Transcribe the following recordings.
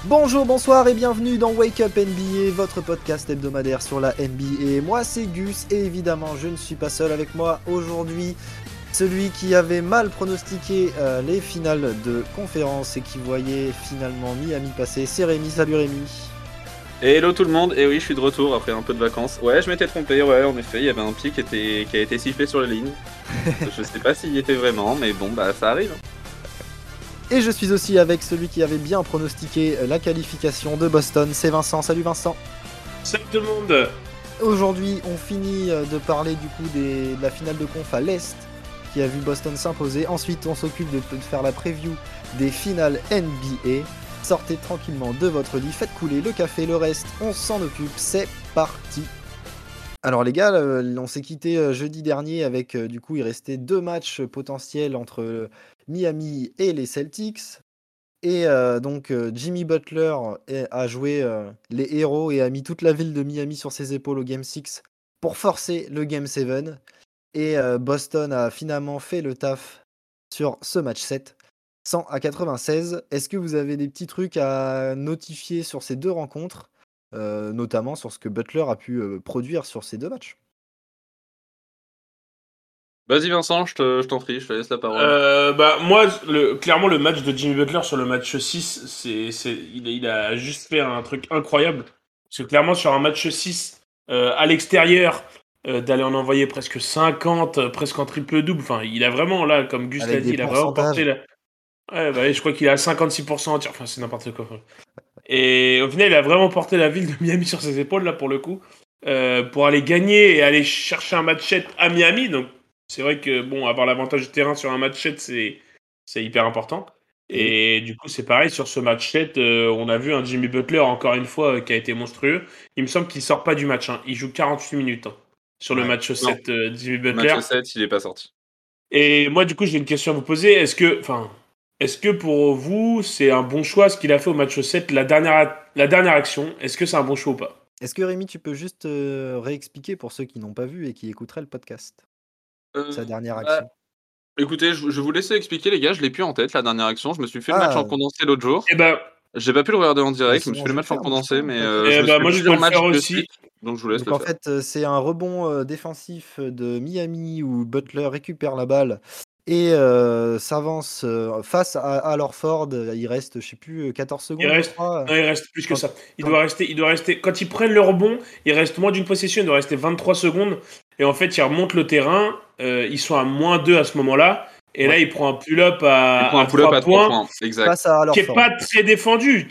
Bonjour, bonsoir et bienvenue dans Wake Up NBA, votre podcast hebdomadaire sur la NBA. Moi c'est Gus et évidemment je ne suis pas seul. Avec moi aujourd'hui celui qui avait mal pronostiqué les finales de conférence et qui voyait finalement Miami passer, c'est Rémi. Salut Rémi. Et hello tout le monde, et oui je suis de retour après un peu de vacances. Ouais, je m'étais trompé, ouais, en effet, il y avait un pied qui a été sifflé sur la ligne. Je sais pas s'il y était vraiment, mais bon, bah ça arrive. Et je suis aussi avec celui qui avait bien pronostiqué la qualification de Boston, c'est Vincent. Salut Vincent. Salut tout le monde. Aujourd'hui on finit de parler du coup de la finale de conf à l'Est qui a vu Boston s'imposer. Ensuite on s'occupe de faire la preview des finales NBA. Sortez tranquillement de votre lit, faites couler le café, le reste on s'en occupe, c'est parti. Alors les gars, on s'est quitté jeudi dernier avec du coup il restait 2 matchs potentiels entre Miami et les Celtics. Et donc Jimmy Butler a joué les héros et a mis toute la ville de Miami sur ses épaules au Game 6 pour forcer le Game 7. Et Boston a finalement fait le taf sur ce match 7, 100-96. Est-ce que vous avez des petits trucs à notifier sur ces deux rencontres, notamment sur ce que Butler a pu produire sur ces deux matchs? Vas-y Vincent, je t'en prie, je te laisse la parole. Moi, clairement, le match de Jimmy Butler sur le match 6, il a juste fait un truc incroyable. Parce que clairement, sur un match 6, à l'extérieur, d'aller en envoyer presque 50, presque en triple-double. Enfin, il a vraiment, là, comme Gus Avec l'a dit, des il a vraiment porté... pourcentages. Ouais, bah, je crois qu'il est à 56% en tir. Enfin, c'est n'importe quoi. Et au final, il a vraiment porté la ville de Miami sur ses épaules, là, pour le coup. Pour aller gagner et aller chercher un match 7 à Miami. Donc, c'est vrai que, bon, avoir l'avantage du terrain sur un match 7, c'est hyper important. Et oui. Et du coup, c'est pareil, sur ce match 7, on a vu un Jimmy Butler, encore une fois, qui a été monstrueux. Il me semble qu'il sort pas du match. Hein. Il joue 48 minutes sur le Ouais. match Non, 7, Jimmy le match Butler. 7, il est pas sorti. Et moi, du coup, j'ai une question à vous poser. Est-ce que pour vous, c'est un bon choix ce qu'il a fait au match 7, la dernière action? Est-ce que c'est un bon choix ou pas? Est-ce que Rémi, tu peux juste réexpliquer pour ceux qui n'ont pas vu et qui écouteraient le podcast, sa dernière Bah, action? écoutez, je vais vous laisser expliquer les gars, je l'ai plus en tête la dernière action, je me suis fait le match en Ah, condensé l'autre jour. Eh ben, J'ai pas pu le regarder en bah direct, je me suis sinon fait le je vais le match en faire, bouge pas, condensé, hein, mais t'inquiète. je me suis fait moi, je peux plusieurs le matchs faire de aussi. suite, donc je vous laisse Donc le en faire. fait, c'est un rebond défensif de Miami où Butler récupère la balle et s'avance face à Horford. Il reste, je sais plus, 14 Il secondes, je reste, crois. non, il reste plus que Quand, ça. quand- Il doit rester, quand ils prennent le rebond, il reste moins d'une possession, il doit rester 23 secondes. Et en fait, ils remontent le terrain, ils sont à -2 à ce moment-là. Et là, ouais, il prend un pull-up Il prend à un pull-up 3 à 3 points, points, exact. face à qui est Horford. pas très défendu,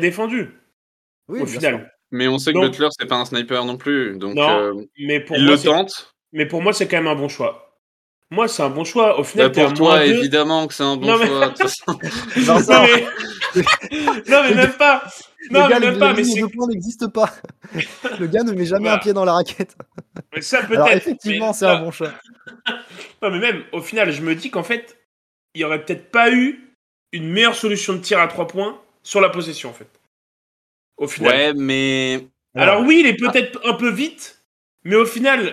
Oui, au bien sûr. final. Mais on sait que Donc, Butler, c'est pas un sniper non plus, donc non, mais pour il moi, le tente. c'est quand même un bon choix. Moi, c'est un bon choix. Au Bah, final, t'es à pour toi, -2. évidemment que c'est un bon Non, mais, choix, de toute façon. non, Vincent, mais, non, mais le gars, même pas. le Non, mais gars, même pas. Mais les deux points n'existent pas. Le gars ne met jamais un voilà. pied dans la raquette. Mais ça, Alors peut-être. Mais effectivement, c'est un ça, bon choix. non, mais même, au final, je me dis qu'en fait, il y aurait peut-être pas eu une meilleure solution de tir à 3 points sur la possession, en fait. Au final. Ouais, mais Alors Alors, oui, il est ah, peut-être un peu vite, mais au final,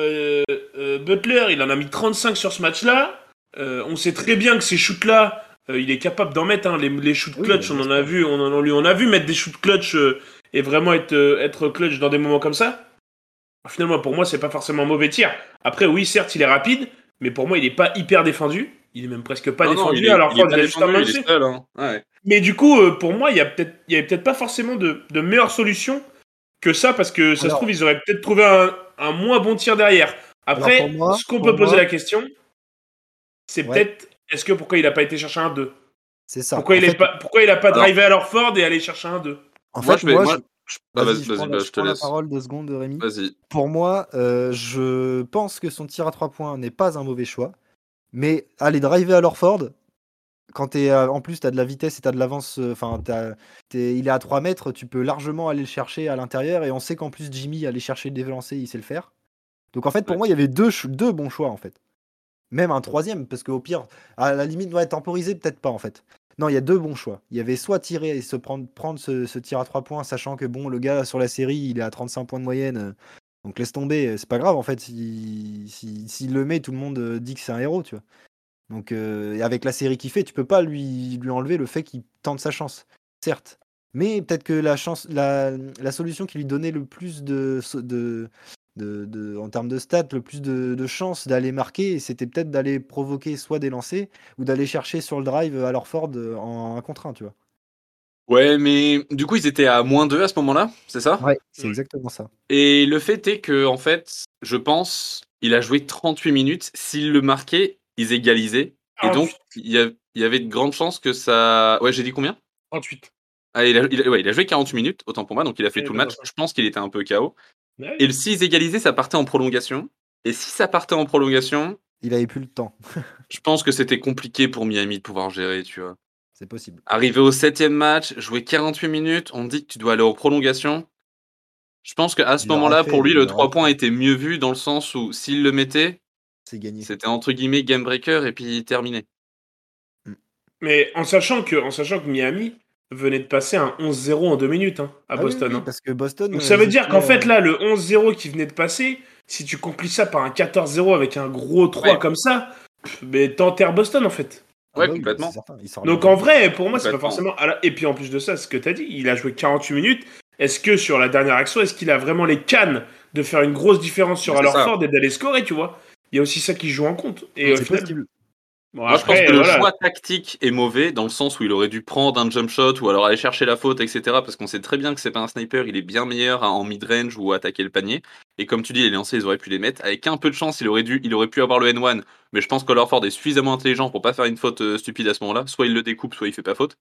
Butler, il en a mis 35 sur ce match-là. On sait très bien que ces shoots-là, il est capable d'en mettre. Hein. Les shoots oui, bah, clutch, bien sûr. on a vu mettre des shoots clutch et vraiment être clutch dans des moments comme ça. Finalement, pour moi, c'est pas forcément un mauvais tir. Après, oui, certes, il est rapide, mais pour moi, il est pas hyper défendu. Il est même presque pas non, non, défendu. Alors, il est Ford, pas il a juste un défendu, main il est dessus. seul, hein. Ouais. Mais du coup, pour moi, il y avait peut-être pas forcément de meilleure solution que ça, parce que ça se trouve, Alors, ils auraient peut-être trouvé un moins bon tir derrière. alors Après, ce qu'on peut poser la question, c'est ouais, peut-être pourquoi il a pas été chercher un 2. c'est ça. En fait, Pourquoi il a pas Alors, drivé à leur Ford et aller chercher un 2. moi, moi, bah, vas-y, je prends bah, je je te prends la laisse. parole 2 secondes, Rémi. Vas-y. Pour moi, je pense que son tir à 3 points n'est pas un mauvais choix, mais aller driver à l'Orford, quand en plus, tu as de la vitesse et tu as de l'avance, enfin, il est à 3 mètres, tu peux largement aller le chercher à l'intérieur et on sait qu'en plus Jimmy, aller chercher le délancer, il sait le faire. Donc en fait, pour Ouais. moi, il y avait 2 bons choix, en fait. Même un troisième, parce qu'au pire, à la limite, ouais, temporiser, peut-être pas en fait. Non, il y a 2 bons choix. Il y avait soit tirer et prendre ce tir à 3 points, sachant que bon, le gars sur la série, il est à 35 points de moyenne. Donc laisse tomber, c'est pas grave en fait. S'il le met, tout le monde dit que c'est un héros, tu vois. Donc et avec la série qu'il fait, tu peux pas lui enlever le fait qu'il tente sa chance. Certes. Mais peut-être que la solution qui lui donnait le plus en termes de stats, le plus de chances d'aller marquer, c'était peut-être d'aller provoquer soit des lancers ou d'aller chercher sur le drive à Ford en 1 contre 1, tu vois. Ouais, mais du coup, ils étaient à -2 à ce moment-là, c'est ça? Ouais, c'est Ouais. exactement ça. Et le fait est que, en fait, je pense, il a joué 38 minutes. S'il le marquait, ils égalisaient. Et donc, 48. il y avait de grandes chances que ça. Ouais, j'ai dit combien? 38. Ah, ouais, il a joué 40 minutes, autant pour moi, donc il a fait Ouais, tout le c'est match. ça. Je pense qu'il était un peu KO. Ouais, Et oui. s'ils égalisaient, ça partait en prolongation. Et si ça partait en prolongation, Il avait plus le temps. je pense que c'était compliqué pour Miami de pouvoir gérer, tu vois. C'est possible. Arrivé au 7e match, jouer 48 minutes, on te dit que tu dois aller en prolongation. Je pense qu'à ce Il l'aurait moment-là, pour fait, lui, il le l'aurait 3 points fait. était mieux vu dans le sens où s'il le mettait, C'est gagné. c'était entre guillemets game breaker et puis terminé. Mm. Mais en sachant que Miami venait de passer un 11-0 en 2 minutes à Ah oui, Boston. oui, parce que Boston, Donc ça veut ils dire étaient. qu'en fait, là, le 11-0 qui venait de passer, si tu complies ça par un 14-0 avec un gros 3 Ouais, comme ça, mais t'enterres Boston en fait. Ah ouais, bah oui, bah c'est complètement, certain, il sort les Donc en gagnants. vrai, pour moi, c'est pas complètement. forcément. Et puis en plus de ça, ce que t'as dit, il a joué 48 minutes. Est-ce que sur la dernière action, est-ce qu'il a vraiment les cannes de faire une grosse différence Mais sur c'est ça. Ford et d'aller scorer, tu vois? Il y a aussi ça qui joue en compte. Et Mm. au C'est final, possible. bon Moi, je pense que après, le voilà. choix tactique est mauvais dans le sens où il aurait dû prendre un jump shot ou alors aller chercher la faute, etc. Parce qu'on sait très bien que c'est pas un sniper, il est bien meilleur en mid-range ou attaquer le panier. Et comme tu dis, les lancers, ils auraient pu les mettre. Avec un peu de chance, il aurait pu avoir le N1. Mais je pense qu'Hollerford est suffisamment intelligent pour pas faire une faute stupide à ce moment-là. Soit il le découpe, soit il fait pas faute.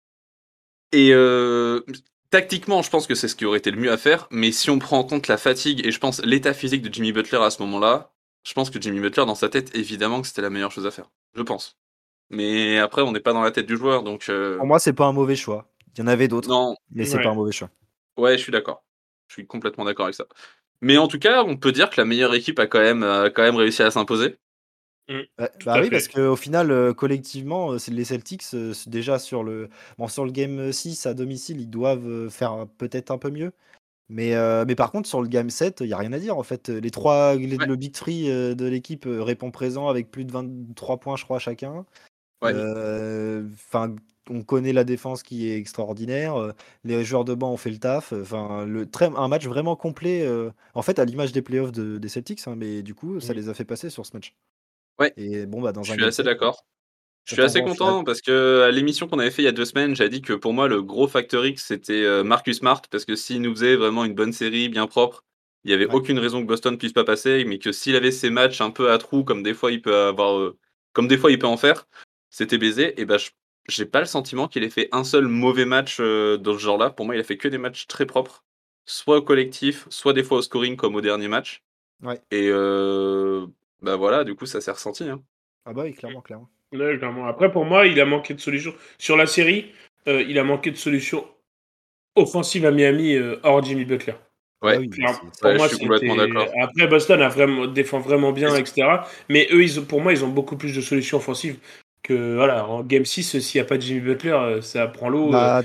Et tactiquement, je pense que c'est ce qui aurait été le mieux à faire. Mais si on prend en compte la fatigue et je pense l'état physique de Jimmy Butler à ce moment-là, je pense que Jimmy Butler, dans sa tête, évidemment que c'était la meilleure chose à faire. Je pense. Mais après, on n'est pas dans la tête du joueur, donc Pour moi, c'est pas un mauvais choix. Il y en avait d'autres, non, mais c'est pas un Ouais. mauvais choix. ouais, je suis d'accord. Je suis complètement d'accord avec ça. Mais en tout cas, on peut dire que la meilleure équipe a quand même réussi à s'imposer. Mm. Ouais, Tout bah à oui, parce fait. qu'au final, collectivement, c'est les Celtics, déjà sur le game 6 à domicile, ils doivent faire peut-être un peu mieux. Mais par contre, sur le game 7, il n'y a rien à dire en fait. Ouais, Le Big Three de l'équipe répond présent avec plus de 23 points, je crois, chacun. ouais, Enfin, on connaît la défense qui est extraordinaire. Les joueurs de banc ont fait le taf. Enfin, un match vraiment complet. En fait, à l'image des playoffs des Celtics, hein, mais du coup, ça Mm. les a fait passer sur ce match. ouais, Et bon, bah, je dans un suis game assez 7, d'accord. Je ça suis assez t'envoie en finale. content parce que à l'émission qu'on avait fait il y a 2 semaines, j'avais dit que pour moi, le gros facteur X, c'était Marcus Smart, parce que s'il nous faisait vraiment une bonne série, bien propre, il y avait Ouais. aucune raison que Boston puisse pas passer, mais que s'il avait ces matchs un peu à trous, comme des fois il peut avoir, comme des fois il peut en faire, c'était baisé. Et ben, j'ai pas le sentiment qu'il ait fait un seul mauvais match dans ce genre-là. Pour moi, il a fait que des matchs très propres, soit au collectif, soit des fois au scoring, comme au dernier match. Ouais. Et bah voilà, du coup, ça s'est ressenti, hein. Ah bah oui, clairement, clairement. Ouais, clairement. Après, pour moi, il a manqué de solutions. Sur la série, il a manqué de solutions offensives à Miami hors Jimmy Butler. Ah bah Ouais, oui, bah Pour ouais, je moi, suis complètement c'était. d'accord. Après, Boston défend vraiment bien, etc. Mais eux, pour moi, ils ont beaucoup plus de solutions offensives que. Voilà, en Game 6, s'il n'y a pas de Jimmy Butler, ça prend l'eau. bah,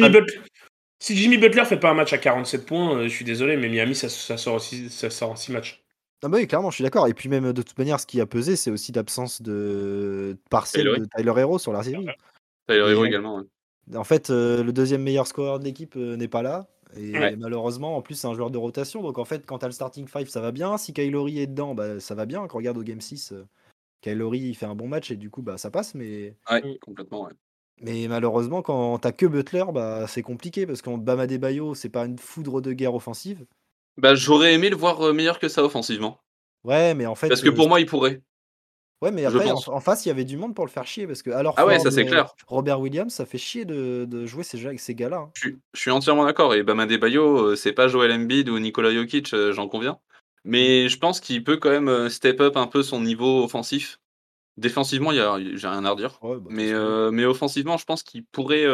Si Jimmy Butler fait pas un match à 47 points, je suis désolé, mais Miami, ça sort en 6 matchs. ah bah oui, clairement, je suis d'accord. Et puis même de toute manière, ce qui a pesé, c'est aussi l'absence de partielle Taylor, de Tyler Hero sur la série. Tyler Hero Et également, ouais. en fait, le deuxième meilleur scoreur de l'équipe n'est pas là. Et Ouais. malheureusement, en plus, c'est un joueur de rotation. Donc en fait, quand t'as le starting 5, ça va bien. Si Kylori est dedans, bah, ça va bien. Quand on regarde au Game 6, Kylori il fait un bon match et du coup, bah, ça passe. Ouais, Mm. complètement, ouais. Mais malheureusement, quand t'as que Butler, bah, c'est compliqué parce qu'en Bam Adebayo, c'est pas une foudre de guerre offensive. Bah, j'aurais aimé le voir, meilleur que ça offensivement. Ouais, mais en fait, Parce que pour moi, il pourrait, ouais, mais je après, pense. en face, il y avait du monde pour le faire chier parce que alors Ah ouais, Ford, ça c'est clair. Robert Williams, ça fait chier de jouer ces gars-là, hein. Je suis entièrement d'accord et Bam Adebayo, c'est pas Joel Embiid ou Nikola Jokic, j'en conviens. Mm. Mais je pense qu'il peut quand même, step up un peu son niveau offensif. Défensivement, j'ai rien à redire. Ouais, bah, de toute façon, oui. Mais offensivement, je pense qu'il pourrait,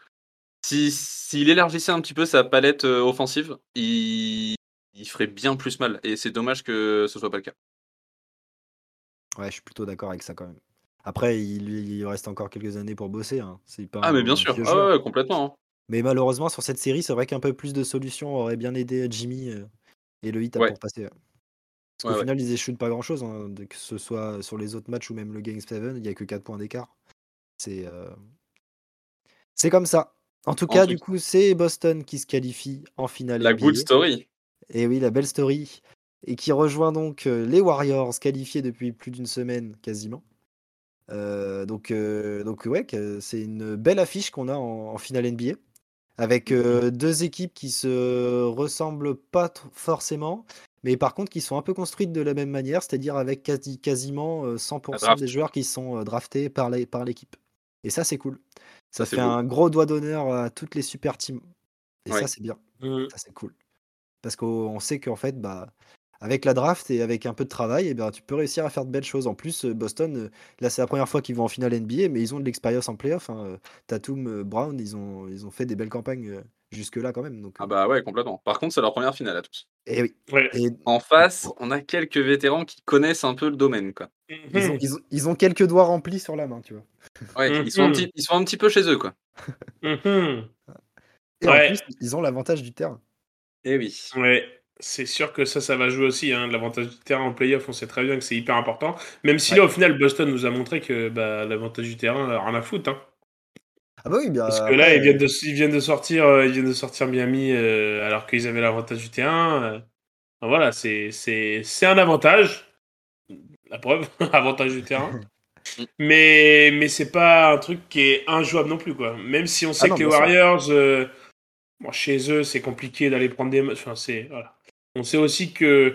s'il élargissait un petit peu sa palette, offensive, il ferait bien plus mal et c'est dommage que ce soit pas le cas. Ouais, je suis plutôt d'accord avec ça quand même. Après, il reste encore quelques années pour bosser, hein. C'est pas Ah mais bien un sûr, vieux ah ouais, joueur. ouais, complètement, hein. Mais malheureusement, sur cette série, c'est vrai qu'un peu plus de solutions aurait bien aidé Jimmy et le Heat Ouais, pour passer. Parce qu'au ouais, ouais. final, ils échouent pas grand-chose, hein, que ce soit sur les autres matchs ou même le Game 7, il y a que 4 points d'écart. C'est c'est comme ça. En tout En cas, tout du coup, c'est Boston qui se qualifie en finale La good NBA. story. Et oui, la belle story. Et qui rejoint donc les Warriors qualifiés depuis plus d'une semaine quasiment. Donc ouais, c'est une belle affiche qu'on a en finale NBA. Avec deux équipes qui se ressemblent pas forcément, mais par contre qui sont un peu construites de la même manière, c'est-à-dire avec quasiment La 100% des draft. joueurs qui sont draftés par l'équipe. Et ça, c'est cool. Ça, Ça c'est fait beau. un gros doigt d'honneur à toutes les super teams. Et ça, Ouais. c'est bien. Mhm. Ça, c'est cool. Parce qu'on sait qu'en fait, bah, avec la draft et avec un peu de travail, eh ben, tu peux réussir à faire de belles choses. En plus, Boston, là, c'est la première fois qu'ils vont en finale NBA, mais ils ont de l'expérience en playoff, hein. Tatum, Brown, ils ont fait des belles campagnes jusque-là quand même. Donc, Ah bah ouais, complètement. Par contre, c'est leur première finale à tous. et oui. Ouais. Et En face, on a quelques vétérans qui connaissent un peu le domaine, quoi. Mhm. ils ont quelques doigts remplis sur la main, tu vois. Ouais, Mhm. ils sont un petit peu chez eux, quoi. Mhm. Et en Ouais. plus, ils ont l'avantage du terrain. Eh oui. Ouais, c'est sûr que ça va jouer aussi. Hein. L'avantage du terrain en playoff, on sait très bien que c'est hyper important. Même si Ouais. là, au final, Boston nous a montré que bah, l'avantage du terrain, rien à foutre. Hein. Ah bah oui, bien Parce que là, après, ils viennent de sortir Miami alors qu'ils avaient l'avantage du terrain. Enfin, voilà, c'est un avantage. La preuve, avantage du terrain. Mm. Mais c'est pas un truc qui est injouable non plus, quoi. Même si on ah sait non, que les bien sûr. Warriors, bon, chez eux, c'est compliqué d'aller prendre des matchs. Enfin, voilà. On sait aussi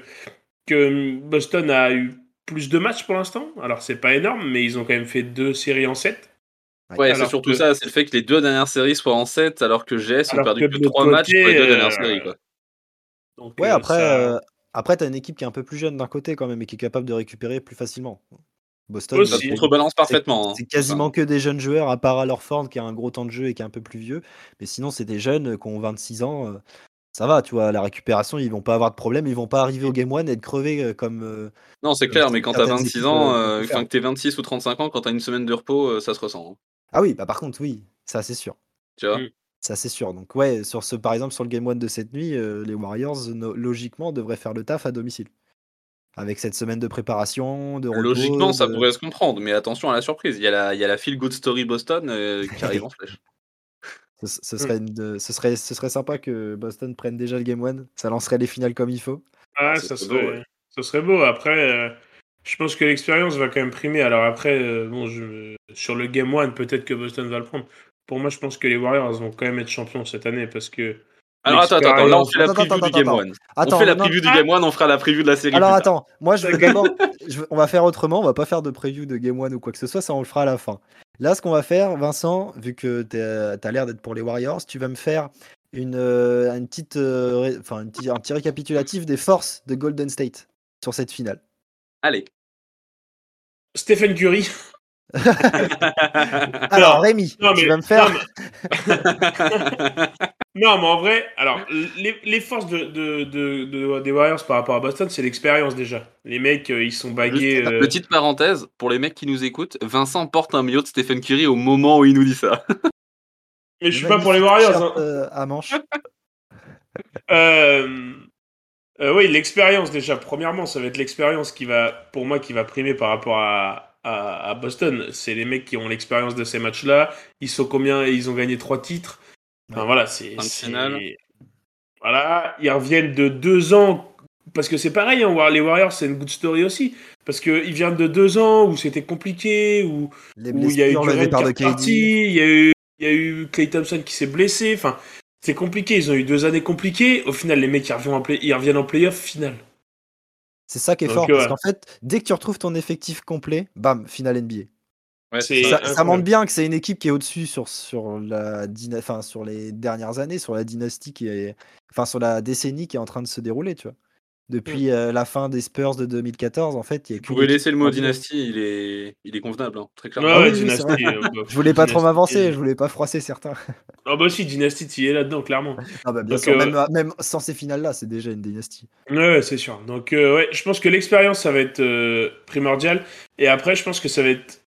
que Boston a eu plus de matchs pour l'instant. Alors, c'est pas énorme, mais ils ont quand même fait 2 séries en 7. Ouais. Ouais, c'est Alors surtout que, ça, c'est le fait que les 2 dernières séries soient en 7, alors que GS ont alors perdu que que de l'autre 3 matchs sur les côté, 2 dernières séries, quoi. donc Ouais, ça après t'as une équipe qui est un peu plus jeune d'un côté quand même et qui est capable de récupérer plus facilement. Boston, Ça se aussi. contrebalance parfaitement, hein, c'est tout ça. quasiment que des jeunes joueurs, à part Al Horford qui a un gros temps de jeu et qui est un peu plus vieux. Mais sinon, c'est des jeunes qui ont 26 ans. Ça va, tu vois, la récupération, ils vont pas avoir de problème. Ils vont pas arriver au Game 1 et être crevés Non, c'est comme clair, mais quand t'as certaines 26 équipes ans, peuvent le enfin faire. que t'aies 26 ou 35 ans, quand t'as une semaine de repos, ça se ressent, hein, Ah oui, bah par contre, oui, ça c'est sûr. tu vois? Mm. Ça c'est sûr. Donc ouais, par exemple, sur le Game 1 de cette nuit, les Warriors, logiquement, devraient faire le taf à domicile. Avec cette semaine de préparation, de repos, Logiquement, ça pourrait se comprendre, mais attention à la surprise. Il y a la feel good story Boston, qui arrive en flèche. Mm. Ce serait sympa que Boston prenne déjà le Game 1. Ça lancerait les finales comme il faut. Ah, Ah, ce serait beau, ouais. ça serait beau. Après, je pense que l'expérience va quand même primer. Alors après, bon, sur le Game 1, peut-être que Boston va le prendre. Pour moi, je pense que les Warriors vont quand même être champions cette année parce que Alors attends, là on l'expérience. fait la preview du Game 1. On fait la Non, preview du Ah, Game 1, on fera la preview de la série alors plus tard. attends, moi je veux d'accord. d'abord, on va faire autrement, on va pas faire de preview de Game 1 ou quoi que ce soit, ça on le fera à la fin. Là, ce qu'on va faire, Vincent, vu que t'as l'air d'être pour les Warriors, tu vas me faire une petite, un petit récapitulatif des forces de Golden State sur cette finale. Allez. Stephen Curry. Alors, Non, Rémi, non, tu mais, vas me faire. non, mais en vrai, alors, les forces des Warriors par rapport à Boston, c'est l'expérience déjà. Les mecs, ils sont Juste, bagués. petite parenthèse, pour les mecs qui nous écoutent, Vincent porte un maillot de Stephen Curry au moment où il nous dit ça. Mais je Le suis pas pour les magnifique Warriors. t-shirt Hein. à manches. Euh, oui, l'expérience déjà. Premièrement, ça va être l'expérience pour moi, qui va primer par rapport à Boston. C'est les mecs qui ont l'expérience de ces matchs-là. Ils sont combien? Ils ont gagné 3 titres. Enfin Ouais. voilà, 5 finales. voilà, ils reviennent de 2 ans. Parce que c'est pareil, hein, les Warriors, c'est une good story aussi. Parce qu'ils viennent de 2 ans où c'était compliqué, Les où il y a eu blessures, le Durant qui départ est de KD. reparti, il y a eu Klay Thompson qui s'est blessé. Enfin, c'est compliqué. Ils ont eu 2 années compliquées. Au final, les mecs, ils reviennent en playoff final. C'est ça qui est Donc, fort, parce qu'en fait, dès que tu retrouves ton effectif complet, bam, finale NBA. Ouais, c'est c'est ça. Ça montre incroyable. bien que c'est une équipe qui est au-dessus sur sur les dernières années, sur la dynastie sur la décennie qui est en train de se dérouler, tu vois. Mm. Depuis la fin des Spurs de 2014, en fait, il n'y a Tu qu'une pourrais équipe laisser qui le est mot au-dessus. dynastie, il est convenable, hein, très Ouais, Ah clairement. ouais, oui, oui, c'est vrai. Dynasty. Je voulais pas trop m'avancer, je Dynasty. voulais pas froisser certains. Ah bah si, Dynasty, tu y es là-dedans, clairement. Ah bah bien Donc, sûr, même sans ces finales-là, c'est déjà une dynastie. ouais, c'est sûr. Donc, ouais, je pense que l'expérience, ça va être primordial. Et après, je pense que ça va être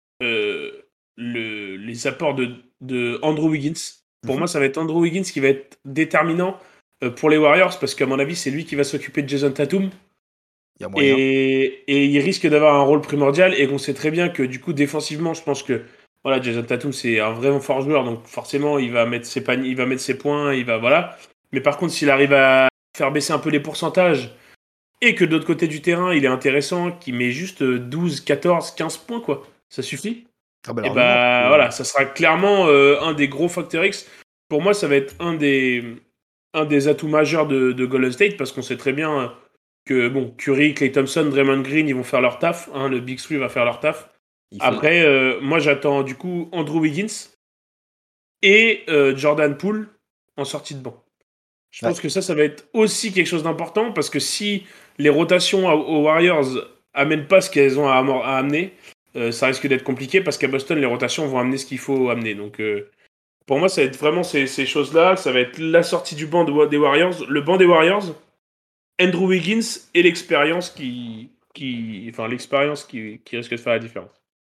les apports de Andrew Wiggins. Pour Mhm. moi, ça va être Andrew Wiggins qui va être déterminant pour les Warriors, parce qu'à mon avis, c'est lui qui va s'occuper de Jason Tatum. Il y a moyen. Et il risque d'avoir un rôle primordial. Et on sait très bien que, du coup, défensivement, je pense que voilà, Jason Tatum, c'est un vraiment fort joueur, donc forcément, il va mettre ses paniers, il va mettre ses points, voilà. Mais par contre, s'il arrive à faire baisser un peu les pourcentages et que de l'autre côté du terrain, il est intéressant, qu'il met juste 12, 14, 15 points, quoi, ça suffit. Ah bah Et largement. bah voilà, ça sera clairement un des gros facteurs X. Pour moi, ça va être un des atouts majeurs de Golden State parce qu'on sait très bien que bon, Curry, Klay Thompson, Draymond Green, ils vont faire leur taf. Hein, le Big Three va faire leur taf. Après, moi j'attends du coup Andrew Wiggins et Jordan Poole en sortie de banc. Je pense que ça va être aussi quelque chose d'important parce que si les rotations aux Warriors amènent pas ce qu'elles ont à amener, ça risque d'être compliqué parce qu'à Boston, les rotations vont amener ce qu'il faut amener. Donc, pour moi, ça va être vraiment ces choses-là. Ça va être la sortie du banc des Warriors, le banc des Warriors, Andrew Wiggins et l'expérience l'expérience qui risque de faire la différence.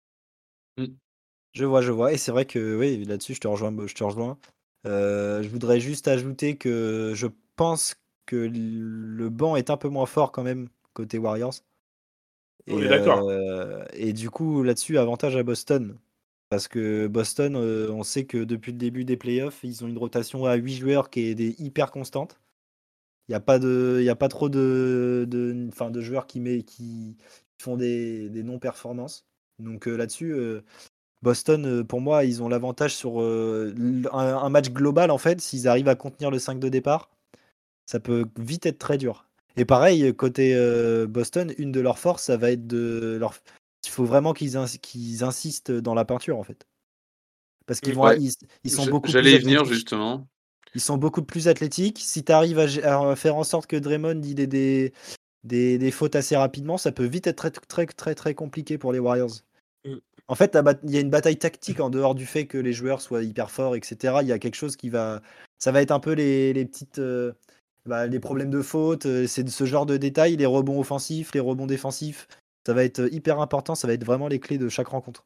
Je vois. Et c'est vrai que oui, là-dessus, je te rejoins. Je voudrais juste ajouter que je pense que le banc est un peu moins fort quand même côté Warriors. On est d'accord. Et du coup, là-dessus, avantage à Boston. Parce que Boston, on sait que depuis le début des playoffs, ils ont une rotation à 8 joueurs qui est hyper constante. Il n'y a pas trop de joueurs qui font des non-performances. Donc là-dessus, Boston, pour moi, ils ont l'avantage sur un match global, en fait. S'ils arrivent à contenir le 5 de départ, ça peut vite être très dur. Et pareil, côté Boston, une de leurs forces, ça va être il faut vraiment qu'ils insistent dans la peinture, en fait. Parce qu'ils Ouais. ils sont beaucoup J'allais plus y venir athlétiques. justement. Ils sont beaucoup plus athlétiques. Si tu arrives à faire en sorte que Draymond il ait des fautes assez rapidement, ça peut vite être très, très, très, très compliqué pour les Warriors. En fait, il y a une bataille tactique en dehors du fait que les joueurs soient hyper forts, etc. Il y a quelque chose ça va être un peu les petites. Les problèmes de faute, c'est de ce genre de détails, les rebonds offensifs, les rebonds défensifs. Ça va être hyper important, ça va être vraiment les clés de chaque rencontre.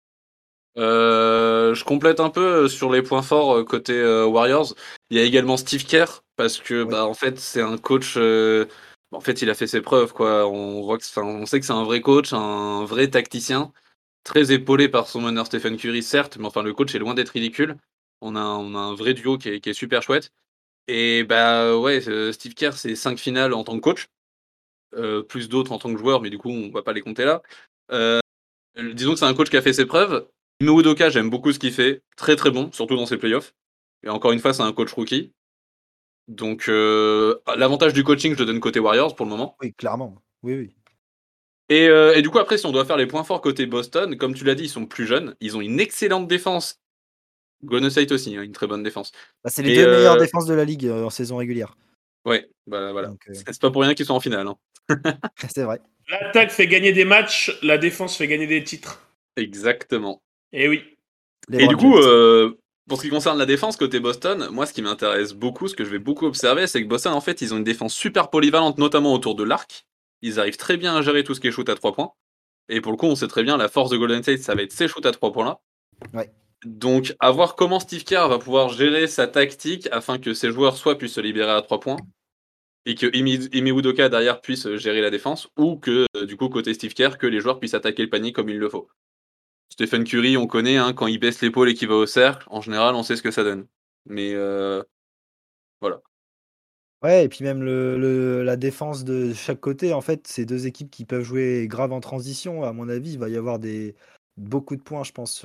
Je complète un peu sur les points forts côté Warriors. Il y a également Steve Kerr parce que Oui. en fait c'est un coach. En fait, il a fait ses preuves quoi. On voit on sait que c'est un vrai coach, un vrai tacticien, très épaulé par son meneur Stephen Curry certes, mais enfin le coach est loin d'être ridicule. On a un vrai duo qui est super chouette. Et ouais, Steve Kerr c'est 5 finales en tant que coach, plus d'autres en tant que joueur, mais du coup on va pas les compter là. Disons que c'est un coach qui a fait ses preuves. Ime Udoka, j'aime beaucoup ce qu'il fait. Très très bon, surtout dans ses playoffs. Et encore une fois, c'est un coach rookie. Donc l'avantage du coaching, je le donne côté Warriors pour le moment. Oui, clairement. Oui. Et du coup, après, si on doit faire les points forts côté Boston, comme tu l'as dit, ils sont plus jeunes. Ils ont une excellente défense. Golden State aussi, hein, une très bonne défense. C'est les Et deux meilleures défenses de la ligue en saison régulière. ouais, voilà. Donc, C'est pas pour rien qu'ils sont en finale. Hein. c'est vrai. L'attaque fait gagner des matchs, la défense fait gagner des titres. Exactement. Et oui. Et LeBron du coup, James. pour ce qui concerne la défense côté Boston, moi ce qui m'intéresse beaucoup, ce que je vais beaucoup observer, c'est que Boston en fait ils ont une défense super polyvalente, notamment autour de l'arc. Ils arrivent très bien à gérer tout ce qui est shoot à 3 points. Et pour le coup, on sait très bien la force de Golden State, ça va être ces shoots à 3 points là. Ouais. Donc à voir comment Steve Kerr va pouvoir gérer sa tactique afin que ses joueurs soit puissent se libérer à 3 points et que Ime Udoka derrière puisse gérer la défense, ou que du coup côté Steve Kerr, que les joueurs puissent attaquer le panier comme il le faut. Stephen Curry, on connaît, hein, quand il baisse l'épaule et qu'il va au cercle, en général, on sait ce que ça donne. Mais voilà. Ouais, et puis même la défense de chaque côté, en fait, c'est deux équipes qui peuvent jouer grave en transition. À mon avis, il va y avoir beaucoup de points, je pense,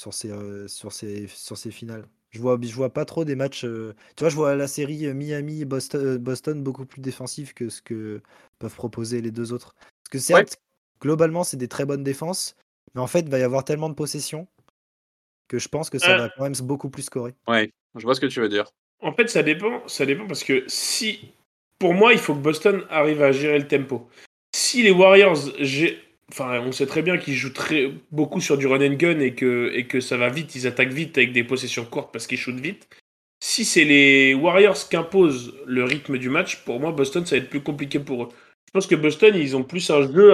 sur ces finales. Je vois pas trop des matchs. Tu vois, je vois la série Miami-Boston beaucoup plus défensif que ce que peuvent proposer les deux autres. Parce que Ouais. certes, globalement, c'est des très bonnes défenses, mais en fait, il va y avoir tellement de possessions que je pense que ça va quand même beaucoup plus scorer. Ouais, je vois ce que tu veux dire. En fait, ça dépend. Ça dépend parce que si. Pour moi, il faut que Boston arrive à gérer le tempo. Si les Warriors. Enfin, on sait très bien qu'ils jouent beaucoup sur du run and gun et que ça va vite, ils attaquent vite avec des possessions courtes parce qu'ils shootent vite. Si c'est les Warriors qui imposent le rythme du match, pour moi, Boston, ça va être plus compliqué pour eux. Je pense que Boston, ils ont plus un jeu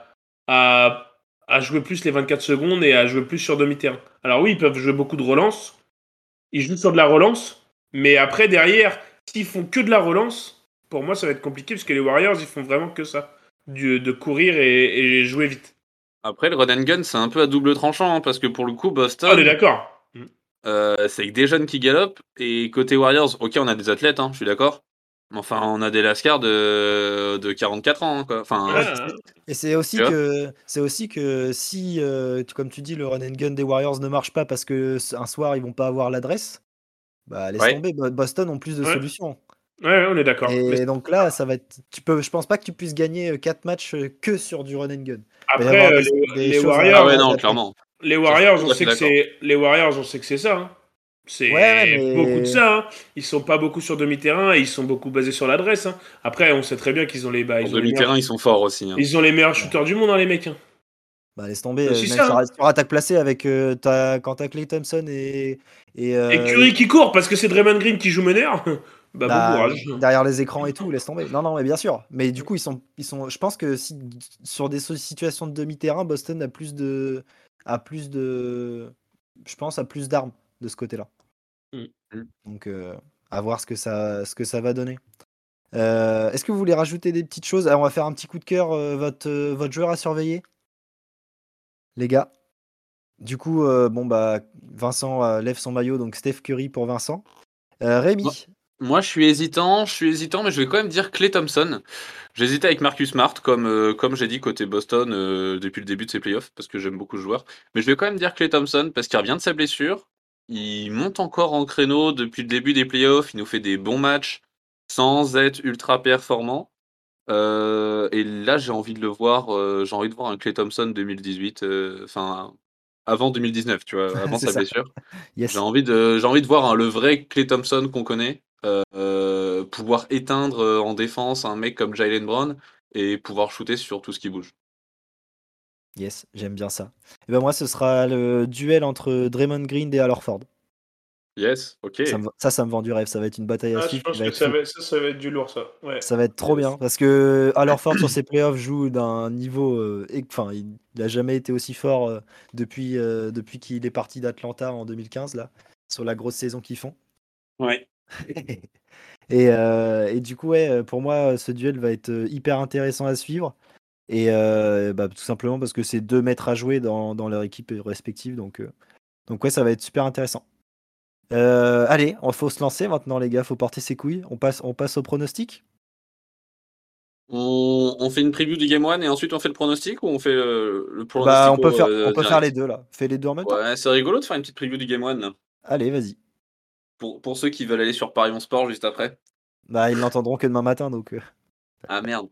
à jouer plus les 24 secondes et à jouer plus sur demi-terrain. Alors oui, ils peuvent jouer beaucoup de relance. Ils jouent sur de la relance. Mais après, derrière, s'ils font que de la relance, pour moi, ça va être compliqué parce que les Warriors, ils font vraiment que ça. De courir et jouer vite. Après, le run and gun, c'est un peu à double tranchant, hein, parce que pour le coup, On est Boston, d'accord. c'est avec des jeunes qui galopent. Et côté Warriors, ok, on a des athlètes, hein, je suis d'accord. Mais enfin, on a des Lascars de 44 ans, hein, quoi. Enfin, Ouais, Ouais, et c'est aussi tu vois. que si, comme tu dis, le run and gun des Warriors ne marche pas parce que un soir ils vont pas avoir l'adresse, bah laisse Ouais. tomber. Boston ont plus de ouais, solutions. ouais, on est d'accord. Mais Et donc là, ça va être. Je pense pas que tu puisses gagner 4 matchs que sur du run and gun. Il va y après, avoir des, les choses Ah ouais, Warriors, à non, adapter. clairement. les Ça, je suis Warriors, tout à fait d'accord. les Warriors, on sait que c'est ça. Hein. Ouais, C'est beaucoup de mais. ça. Hein. Ils sont pas beaucoup sur demi-terrain et ils sont beaucoup basés sur l'adresse. Hein. Après, on sait très bien qu'ils ont En ils ont les meilleurs, demi-terrain, ils sont forts aussi, hein. ils ont les meilleurs Bon, shooters du monde, hein, les mecs. Hein. bah laisse tomber. C'est aussi Même ça. sur, Hein. sur attaque placée avec quand t'as Klay Thompson et, Et euh, Curry qui court parce que c'est Draymond Green qui joue meneur. Bah bon bah, courage. derrière les écrans et tout, laisse tomber. Non, non, mais bien sûr. Mais du coup, je pense que si, sur des situations de demi-terrain, Boston je pense, a plus d'armes de ce côté-là. Mm. Donc, à voir ce que ça va donner. Est-ce que vous voulez rajouter des petites choses? Alors, on va faire un petit coup de cœur, votre joueur à surveiller, les gars. Du coup, bon, bah, Vincent lève son maillot, donc Steph Curry pour Vincent. Rémi. Moi, je suis hésitant, mais je vais quand même dire Klay Thompson. J'hésitais avec Marcus Smart, comme j'ai dit côté Boston depuis le début de ses playoffs, parce que j'aime beaucoup ce joueur. Mais je vais quand même dire Klay Thompson, parce qu'il revient de sa blessure. Il monte encore en créneau depuis le début des playoffs. Il nous fait des bons matchs sans être ultra performant. Et là, j'ai envie de le voir. J'ai envie de voir un Klay Thompson 2018, enfin avant 2019, tu vois, avant C'est sa ça. blessure. Yes. J'ai envie de voir le vrai Klay Thompson qu'on connaît, pouvoir éteindre en défense un mec comme Jaylen Brown et pouvoir shooter sur tout ce qui bouge. Yes, j'aime bien ça. Et ben moi, ce sera le duel entre Draymond Green et Al Horford. Yes, ok. Ça me vend du rêve. Ça va être une bataille à Ah, je suivre qui pense va que être fou. ça va être du lourd, ça. Ouais. Ça va être trop Yes. bien parce que Al Horford sur ses playoffs joue d'un niveau, enfin, il n'a jamais été aussi fort depuis qu'il est parti d'Atlanta en 2015 là, sur la grosse saison qu'ils font. Ouais. Et du coup, ouais, pour moi, ce duel va être hyper intéressant à suivre. Et bah, tout simplement parce que c'est 2 maîtres à jouer dans leur équipe respective. Donc ouais, ça va être super intéressant. Allez, il faut se lancer maintenant, les gars. Faut porter ses couilles. On passe au pronostic. On fait une preview du Game 1 et ensuite on fait le pronostic ou on fait le Bah, pronostico on peut faire les direct? deux là. Fais les deux en même temps. Ouais, c'est rigolo de faire une petite preview du Game 1 là. Allez, vas-y. Pour ceux qui veulent aller sur Paris Mon Sport juste après. Bah, ils l'entendront que demain matin, donc. Ah merde.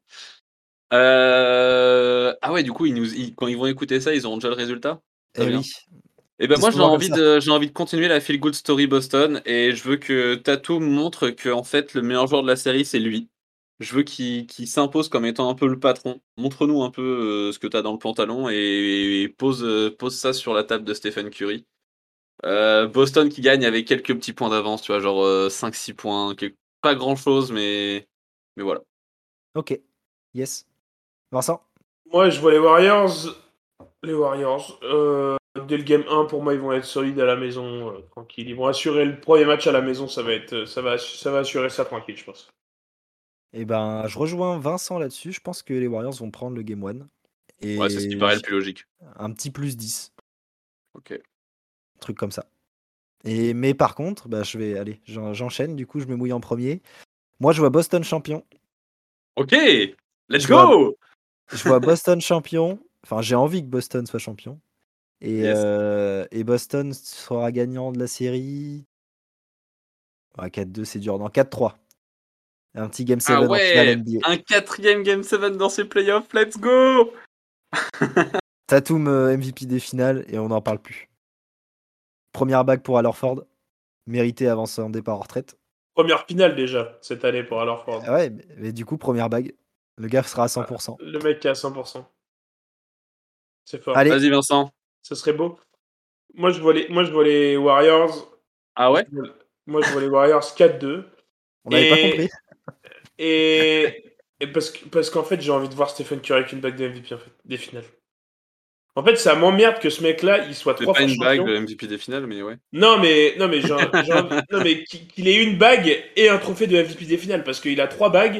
Ah ouais, du coup, quand ils vont écouter ça, ils auront déjà le résultat? Très Eh bien. oui, Et ben c'est moi, j'ai souvent comme envie ça. de continuer la feel good story Boston et je veux que Tatum montre que en fait, le meilleur joueur de la série, c'est lui. Je veux qu'il s'impose comme étant un peu le patron. Montre-nous un peu ce que tu as dans le pantalon et pose ça sur la table de Stephen Curry. Boston qui gagne avec quelques petits points d'avance, tu vois, genre 5-6 points, pas grand-chose, mais voilà. Ok. Yes. Vincent. Moi, je vois les Warriors. Les Warriors. Dès le game 1, pour moi, ils vont être solides à la maison, tranquille. Ils vont assurer le premier match à la maison, ça va assurer ça tranquille, je pense. Eh ben, je rejoins Vincent là-dessus. Je pense que les Warriors vont prendre le Game 1. Ouais, c'est ce qui Et paraît le plus logique. un petit plus 10. Ok. Un truc comme ça. Mais par contre, bah, allez, j'enchaîne. Du coup, je me mouille en premier. Moi, je vois Boston champion. Ok, let's Je vois, go! je vois Boston champion. Enfin, j'ai envie que Boston soit champion. Yes. Et Boston sera gagnant de la série. 4-2, c'est dur. Non, 4-3. Un petit Game 7 Ah en finale ouais, NBA. un quatrième Game 7 dans ces playoffs, let's go! Tatum MVP des finales et on n'en parle plus. Première bague pour Al Horford. Mérité avant son départ en retraite. Première finale déjà, cette année pour Al Horford. Ah ouais, mais du coup, première bague. Le gars sera à 100%. Le mec qui est à 100%. C'est fort. Allez, Vas-y Vincent. Ce serait beau. Moi, je vois les Warriors. Ah ouais? Moi, je vois les Warriors 4-2. on n'avait pas compris. Et parce qu'en fait, j'ai envie de voir Stephen Curry avec une bague de MVP en fait, des finales. En fait, ça m'emmerde que ce mec-là, il soit C'est 3 pas fois une bague champion. de MVP des finales, mais ouais. Non, mais non, mais qu'il ait une bague et un trophée de MVP des finales parce qu'il a 3 bagues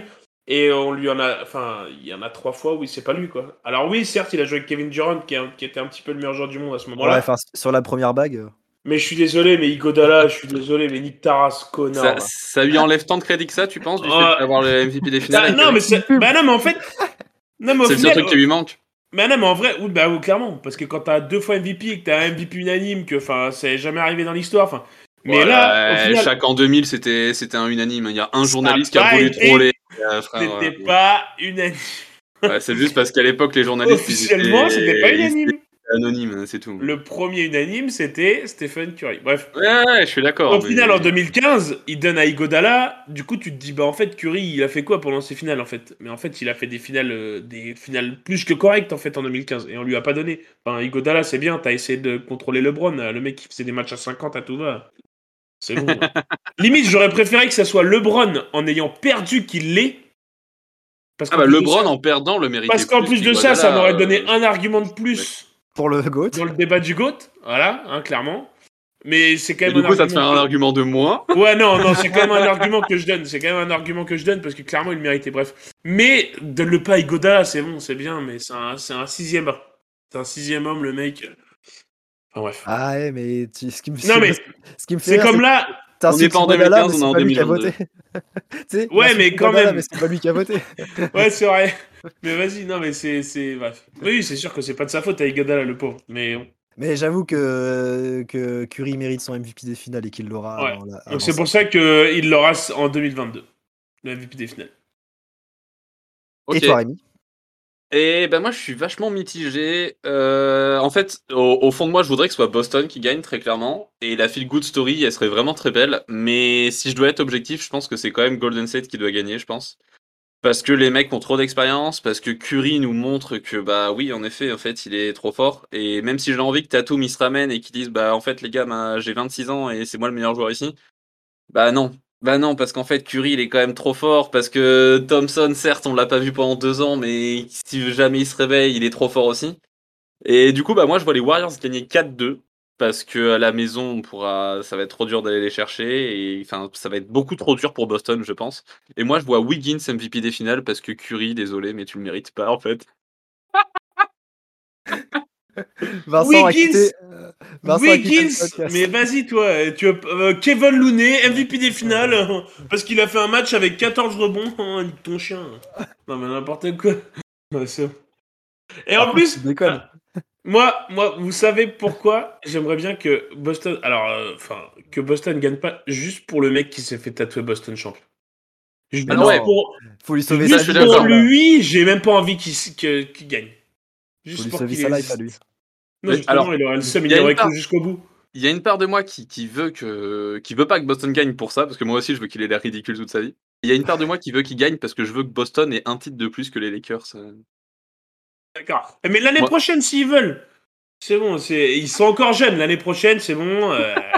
Et on lui en a... Enfin, il y en a 3 fois où c'est pas lui, quoi. Alors oui, certes, il a joué avec Kevin Durant, qui était un petit peu le meilleur joueur du monde à ce moment-là. Ouais, enfin, sur la première bague. Mais je suis désolé, mais Iguodala, je suis désolé, mais nique ta race, connard. là. Ça lui enlève tant de crédit que ça, tu penses, du fait Ouais. d'avoir le MVP des finales Ah, avec non, le mais mec non, mais en fait... Non, mais au C'est le seul final... truc qui lui manque. Mais non, mais en vrai, oui, bah, oui, clairement. Parce que quand t'as 2 fois MVP et que t'as un MVP unanime, que enfin, c'est jamais arrivé dans l'histoire, enfin... Mais là, au final... Chaque an 2000, c'était un unanime. Il y a un Ça journaliste a qui a pas voulu été- troller. Frère, C'était pas unanime. ouais, c'est juste parce qu'à l'époque, les journalistes. Officiellement, c'était pas unanime. Anonyme, c'est tout. Le premier unanime, c'était Stephen Curry. Bref. Ouais, je suis d'accord. Au final, en 2015, il donne à Iguodala. Du coup, tu te dis, bah en fait, Curry, il a fait quoi pendant ces finales en fait? Mais en fait, il a fait des finales plus que correctes en fait en 2015. Et on lui a pas donné. Enfin, Iguodala, c'est bien, t'as essayé de contrôler LeBron. Le mec qui faisait des matchs à 50 à tout va. C'est bon. Limite, j'aurais préféré que ça soit LeBron en ayant perdu qu'il l'ait. Parce qu'en plus de LeBron ça- en perdant le méritait. Parce qu'en plus de ça, ça m'aurait donné un argument de plus. ouais. Pour le GOAT. Dans le débat du GOAT, voilà, hein, clairement. Mais c'est quand Et même du un coup, ça te fait argument un que- argument de moins. Ouais, non, c'est quand même un argument que je donne. C'est quand même un argument que je donne parce que clairement, il le méritait. Bref. Mais donne-le pas à Iguodala, c'est bon, c'est bien, mais c'est un sixième. C'est un sixième homme, le mec. Enfin, bref. Ah ouais, mais ce qui me Non, mais ce qui me fait c'est rire, comme que là. t'insultes On n'est pas en Iguodala, 2015, mais on est en c'est pas lui qui a 2022. voté. Tu sais, Ouais, t'insultes mais quand Iguodala, même. mais c'est pas lui qui a voté. Ouais, c'est vrai. Mais vas-y, non, mais c'est. Bref. Oui, c'est sûr que c'est pas de sa faute à Iguodala, le pauvre. Mais bon. Mais j'avoue que Curry mérite son MVP des finales et qu'il l'aura Ouais. avant Donc c'est pour ça qu'il l'aura en 2022. Le MVP des finales. Et toi, Rémi? Et ben moi je suis vachement mitigé. En fait, au fond de moi, je voudrais que ce soit Boston qui gagne très clairement. Et la feel good story, elle serait vraiment très belle. Mais si je dois être objectif, je pense que c'est quand même Golden State qui doit gagner, je pense. Parce que les mecs ont trop d'expérience, parce que Curry nous montre que bah oui, en effet, en fait, il est trop fort. Et même si j'ai envie que Tatum il se ramène et qu'ils disent bah en fait les gars, j'ai 26 ans et c'est moi le meilleur joueur ici. Bah non. Bah non, parce qu'en fait, Curry, il est quand même trop fort, parce que Thompson, certes, on l'a pas vu pendant 2 ans, mais si jamais il se réveille, il est trop fort aussi. Et du coup, bah moi, je vois les Warriors gagner 4-2, parce que à la maison, ça va être trop dur d'aller les chercher, et enfin, ça va être beaucoup trop dur pour Boston, je pense. Et moi, je vois Wiggins MVP des finales, parce que Curry, désolé, mais tu le mérites pas, en fait. Vincent a quitté, Wiggins, le podcast. mais vas-y toi, Kevin Looney, MVP des finales, parce qu'il a fait un match avec 14 rebonds, nique ton chien. Non mais n'importe quoi. Ouais, c'est bon. Et en plus, Tu déconnes. moi, vous savez pourquoi j'aimerais bien que Boston, que Boston gagne pas juste pour le mec qui s'est fait tatouer Boston champion. Juste Ah non, ouais. Faut lui sauver Juste sa je vie. suis pour d'accord. lui, j'ai même pas envie qu'il gagne. Faut Juste lui pour sauver qu'il sa ait- life à lui. Non, Mais justement, alors, il aurait le seum, il il y a aurait une part- cru jusqu'au bout. Il y a une part de moi qui veut pas que Boston gagne pour ça, parce que moi aussi je veux qu'il ait l'air ridicule toute sa vie. Il y a une part de moi qui veut qu'il gagne parce que je veux que Boston ait un titre de plus que les Lakers. D'accord. Mais l'année Moi- prochaine, s'ils veulent, c'est bon. Ils sont encore jeunes. L'année prochaine, c'est bon.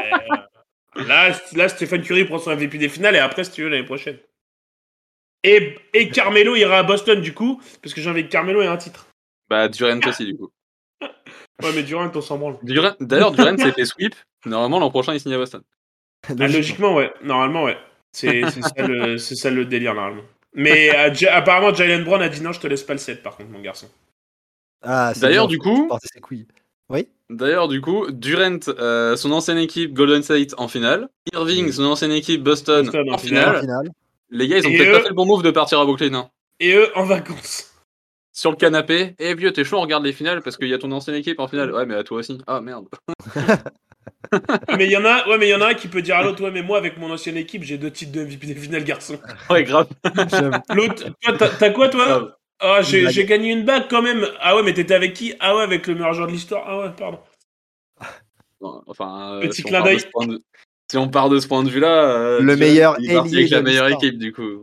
Là, Stephen Curry prend son MVP des finales et après, si tu veux, l'année prochaine. Et Carmelo ira à Boston, du coup, parce que j'ai envie que Carmelo ait un titre. Bah Durant aussi du coup. Ouais, mais Durant, on s'en branle. D'ailleurs, Durant s'est fait sweep. Normalement, l'an prochain, il signe à Boston. Logiquement, ouais. Normalement, ouais. C'est ça le délire, normalement. Mais apparemment, Jalen Brown a dit non, je te laisse pas le 7, par contre, mon garçon. Ah, c'est D'ailleurs, bien, du coup- porter ses couilles. Oui. D'ailleurs, du coup, Durant, son ancienne équipe Golden State en finale. Irving, son ancienne équipe Boston, Boston en en finale. finale. En finale. Les gars, ils ont Et peut-être eux- pas fait le bon move de partir à Brooklyn. Hein. Et eux, en vacances. Sur le canapé. Eh vieux, t'es chaud, on regarde les finales parce qu'il y a ton ancienne équipe en finale. Ouais, mais à toi aussi. Ah merde. Mais il y en a un qui peut dire à l'autre, ouais, mais moi, avec mon ancienne équipe, j'ai 2 titres de MVP des finales, garçon. Ouais, grave. J'aime. L'autre, toi, t'as quoi, toi? Grave. Ah, Une bague. j'ai gagné une bague quand même. Ah ouais, mais t'étais avec qui? Ah ouais, avec le meilleur joueur de l'histoire. Ah ouais, pardon. Bon, enfin, Petit si, clin on part de d'œil. si on part de ce point de vue-là, Le Durant, meilleur il est parti ailier avec la de meilleure l'histoire. équipe du coup.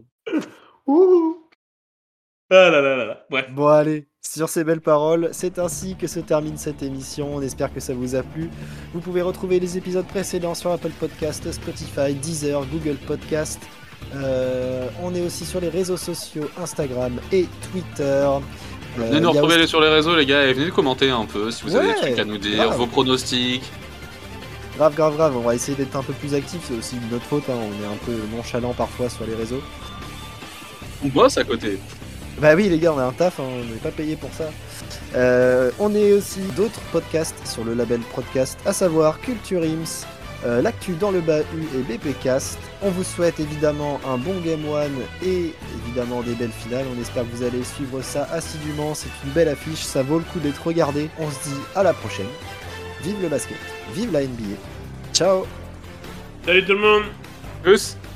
Ah là là là là. Bref. Bon allez, sur ces belles paroles, c'est ainsi que se termine cette émission. On espère que ça vous a plu. Vous pouvez retrouver les épisodes précédents sur Apple Podcast, Spotify, Deezer, Google Podcast. On est aussi sur les réseaux sociaux Instagram et Twitter. Venez nous il y a retrouver aussi- sur les réseaux, les gars, et venez commenter un peu si vous avez des Ouais, trucs à nous dire, grave. vos pronostics. Grave, on va essayer d'être un peu plus actifs, c'est aussi de notre faute, hein. On est un peu nonchalant parfois sur les réseaux. On bosse à côté. Bah oui les gars, on a un taf, hein, on n'est pas payé pour ça. On est aussi d'autres podcasts sur le label Podcast, à savoir Culture Ims, l'actu dans le bahut et BPcast. On vous souhaite évidemment un bon Game One et évidemment des belles finales. On espère que vous allez suivre ça assidûment. C'est une belle affiche, ça vaut le coup d'être regardé. On se dit à la prochaine. Vive le basket, vive la NBA. Ciao. Salut tout le monde. Plus.